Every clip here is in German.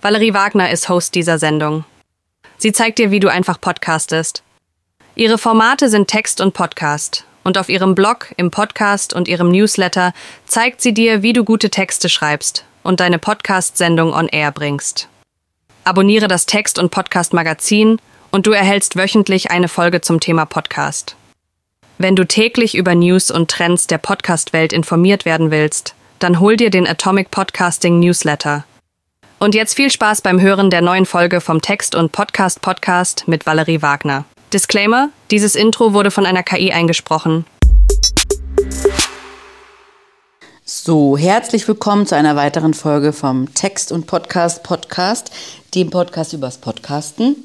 Valerie Wagner ist Host dieser Sendung. Sie zeigt dir, wie du einfach podcastest. Ihre Formate sind Text und Podcast. Und auf ihrem Blog, im Podcast und ihrem Newsletter zeigt sie dir, wie du gute Texte schreibst und deine Podcast-Sendung on air bringst. Abonniere das Text- und Podcast-Magazin und du erhältst wöchentlich eine Folge zum Thema Podcast. Wenn du täglich über News und Trends der Podcast-Welt informiert werden willst, dann hol dir den Atomic Podcasting Newsletter. Und jetzt viel Spaß beim Hören der neuen Folge vom Text- und Podcast mit Valerie Wagner. Disclaimer: Dieses Intro wurde von einer KI eingesprochen. So, herzlich willkommen zu einer weiteren Folge vom Text- und Podcast, dem Podcast übers Podcasten.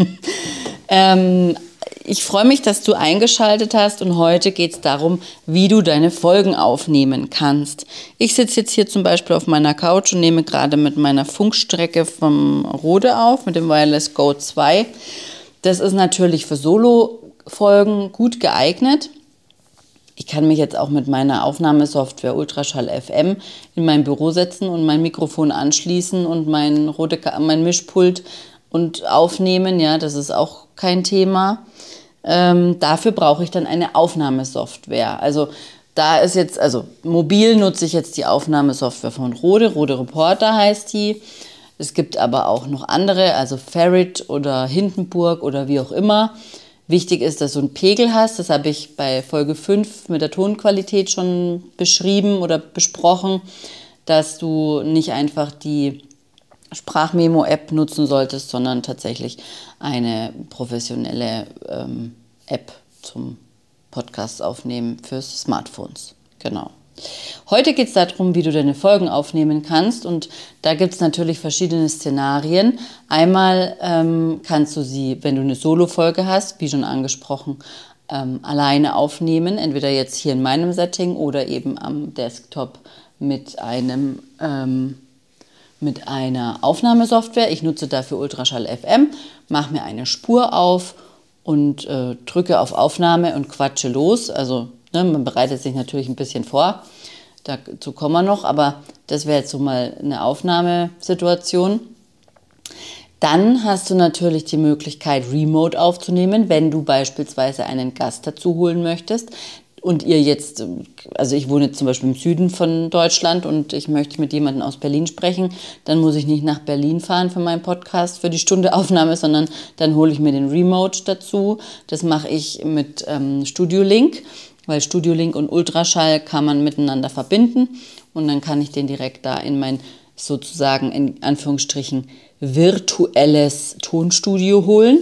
Ich freue mich, dass du eingeschaltet hast und heute geht es darum, wie du deine Folgen aufnehmen kannst. Ich sitze jetzt hier zum Beispiel auf meiner Couch und nehme gerade mit meiner Funkstrecke vom Rode auf, mit dem Wireless Go 2. Das ist natürlich für Solo-Folgen gut geeignet. Ich kann mich jetzt auch mit meiner Aufnahmesoftware Ultraschall FM in mein Büro setzen und mein Mikrofon anschließen und mein Mischpult und aufnehmen. Ja, das ist auch kein Thema. Dafür brauche ich dann eine Aufnahmesoftware. Also da ist jetzt, mobil nutze ich jetzt die Aufnahmesoftware von Rode Reporter heißt die. Es gibt aber auch noch andere, also Ferrit oder Hindenburg oder wie auch immer. Wichtig ist, dass du einen Pegel hast. Das habe ich bei Folge 5 mit der Tonqualität schon beschrieben oder besprochen, dass du nicht einfach die Sprachmemo-App nutzen solltest, sondern tatsächlich eine professionelle App zum Podcast aufnehmen fürs Smartphones. Genau. Heute geht es darum, wie du deine Folgen aufnehmen kannst und da gibt es natürlich verschiedene Szenarien. Einmal kannst du sie, wenn du eine Solo-Folge hast, wie schon angesprochen, alleine aufnehmen, entweder jetzt hier in meinem Setting oder eben am Desktop mit einer Aufnahmesoftware. Ich nutze dafür Ultraschall FM, mache mir eine Spur auf und drücke auf Aufnahme und quatsche los. Also man bereitet sich natürlich ein bisschen vor, dazu kommen wir noch, aber das wäre jetzt so mal eine Aufnahmesituation. Dann hast du natürlich die Möglichkeit, Remote aufzunehmen, wenn du beispielsweise einen Gast dazu holen möchtest. Und ihr jetzt, also ich wohne jetzt zum Beispiel im Süden von Deutschland und ich möchte mit jemandem aus Berlin sprechen, dann muss ich nicht nach Berlin fahren für meinen Podcast, für die Stunde Aufnahme, sondern dann hole ich mir den Remote dazu. Das mache ich mit Studio Link, weil Studio Link und Ultraschall kann man miteinander verbinden und dann kann ich den direkt da in mein sozusagen in Anführungsstrichen virtuelles Tonstudio holen.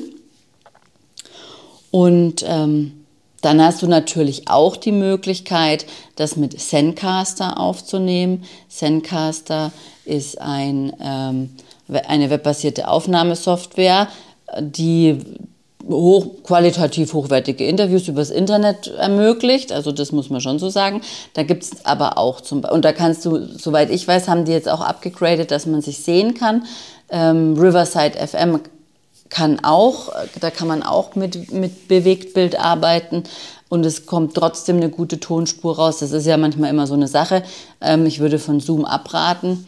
Und dann hast du natürlich auch die Möglichkeit, das mit Zencastr aufzunehmen. Zencastr ist eine webbasierte Aufnahmesoftware, die qualitativ hochwertige Interviews übers Internet ermöglicht. Also das muss man schon so sagen. Da gibt es aber auch und da kannst du, soweit ich weiß, haben die jetzt auch abgegradet, dass man sich sehen kann. Riverside FM da kann man auch mit Bewegtbild arbeiten und es kommt trotzdem eine gute Tonspur raus. Das ist ja manchmal immer so eine Sache. Ich würde von Zoom abraten,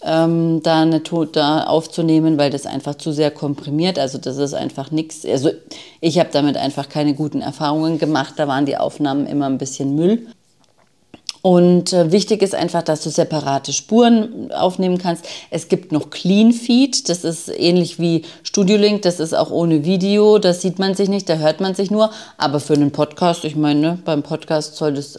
da aufzunehmen, weil das einfach zu sehr komprimiert. Also das ist einfach nichts. Also ich habe damit einfach keine guten Erfahrungen gemacht. Da waren die Aufnahmen immer ein bisschen Müll. Und wichtig ist einfach, dass du separate Spuren aufnehmen kannst. Es gibt noch Clean Feed, das ist ähnlich wie Studio Link, das ist auch ohne Video, das sieht man sich nicht, da hört man sich nur. Aber für einen Podcast, ich meine, beim Podcast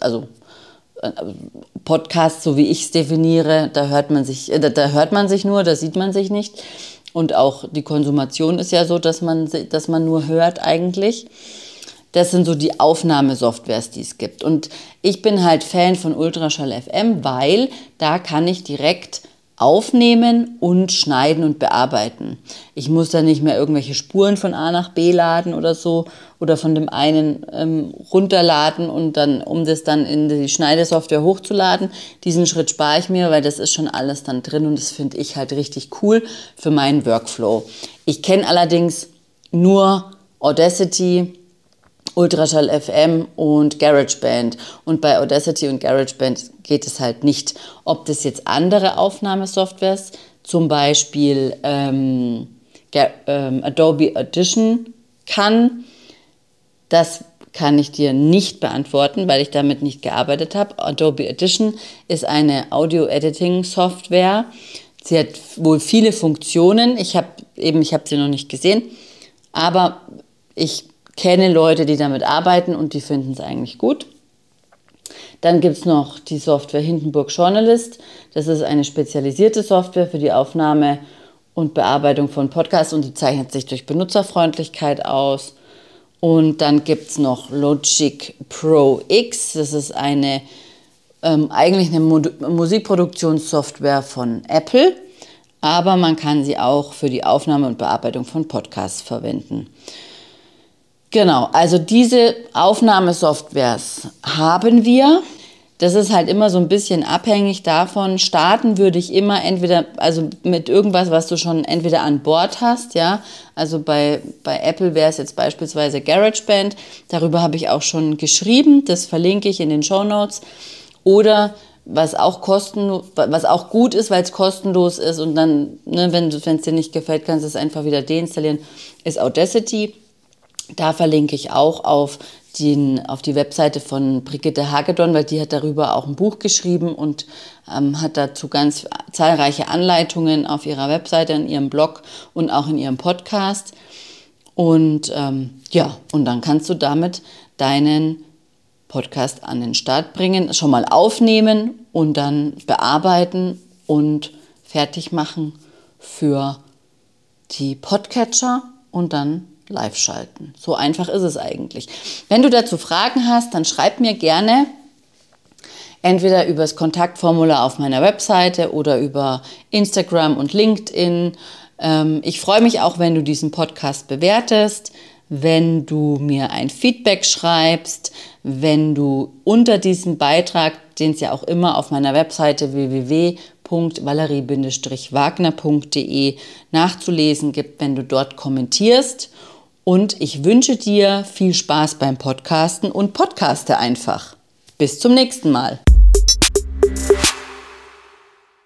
Podcast, so wie ich es definiere, da hört man sich nur, da sieht man sich nicht. Und auch die Konsumation ist ja so, dass man nur hört eigentlich. Das sind so die Aufnahmesoftwares, die es gibt. Und ich bin halt Fan von Ultraschall FM, weil da kann ich direkt aufnehmen und schneiden und bearbeiten. Ich muss da nicht mehr irgendwelche Spuren von A nach B laden oder so oder von dem einen runterladen und dann, um das dann in die Schneidesoftware hochzuladen. Diesen Schritt spare ich mir, weil das ist schon alles dann drin und das finde ich halt richtig cool für meinen Workflow. Ich kenne allerdings nur Audacity, Ultraschall FM und GarageBand. Und bei Audacity und GarageBand geht es halt nicht. Ob das jetzt andere Aufnahmesoftwares zum Beispiel Adobe Audition kann. Das kann ich dir nicht beantworten, weil ich damit nicht gearbeitet habe. Adobe Audition ist eine Audio-Editing-Software. Sie hat wohl viele Funktionen. Ich habe sie noch nicht gesehen, aber ich kenne Leute, die damit arbeiten und die finden es eigentlich gut. Dann gibt es noch die Software Hindenburg Journalist. Das ist eine spezialisierte Software für die Aufnahme und Bearbeitung von Podcasts und die zeichnet sich durch Benutzerfreundlichkeit aus. Und dann gibt es noch Logic Pro X. Das ist eigentlich eine Musikproduktionssoftware von Apple, aber man kann sie auch für die Aufnahme und Bearbeitung von Podcasts verwenden. Genau, also diese Aufnahmesoftwares haben wir. Das ist halt immer so ein bisschen abhängig davon. Starten würde ich immer entweder, also mit irgendwas, was du schon entweder an Bord hast, ja. Also bei Apple wäre es jetzt beispielsweise GarageBand. Darüber habe ich auch schon geschrieben. Das verlinke ich in den Shownotes. Oder was auch gut ist, weil es kostenlos ist und dann, ne, wenn es dir nicht gefällt, kannst du es einfach wieder deinstallieren, ist Audacity. Da verlinke ich auch auf die Webseite von Brigitte Hagedorn, weil die hat darüber auch ein Buch geschrieben und hat dazu ganz zahlreiche Anleitungen auf ihrer Webseite, in ihrem Blog und auch in ihrem Podcast. Und und dann kannst du damit deinen Podcast an den Start bringen, schon mal aufnehmen und dann bearbeiten und fertig machen für die Podcatcher und dann live schalten. So einfach ist es eigentlich. Wenn du dazu Fragen hast, dann schreib mir gerne entweder über das Kontaktformular auf meiner Webseite oder über Instagram und LinkedIn. Ich freue mich auch, wenn du diesen Podcast bewertest, wenn du mir ein Feedback schreibst, wenn du unter diesem Beitrag, den es ja auch immer auf meiner Webseite www.valerie-wagner.de nachzulesen gibt, wenn du dort kommentierst. Und ich wünsche dir viel Spaß beim Podcasten und podcaste einfach. Bis zum nächsten Mal.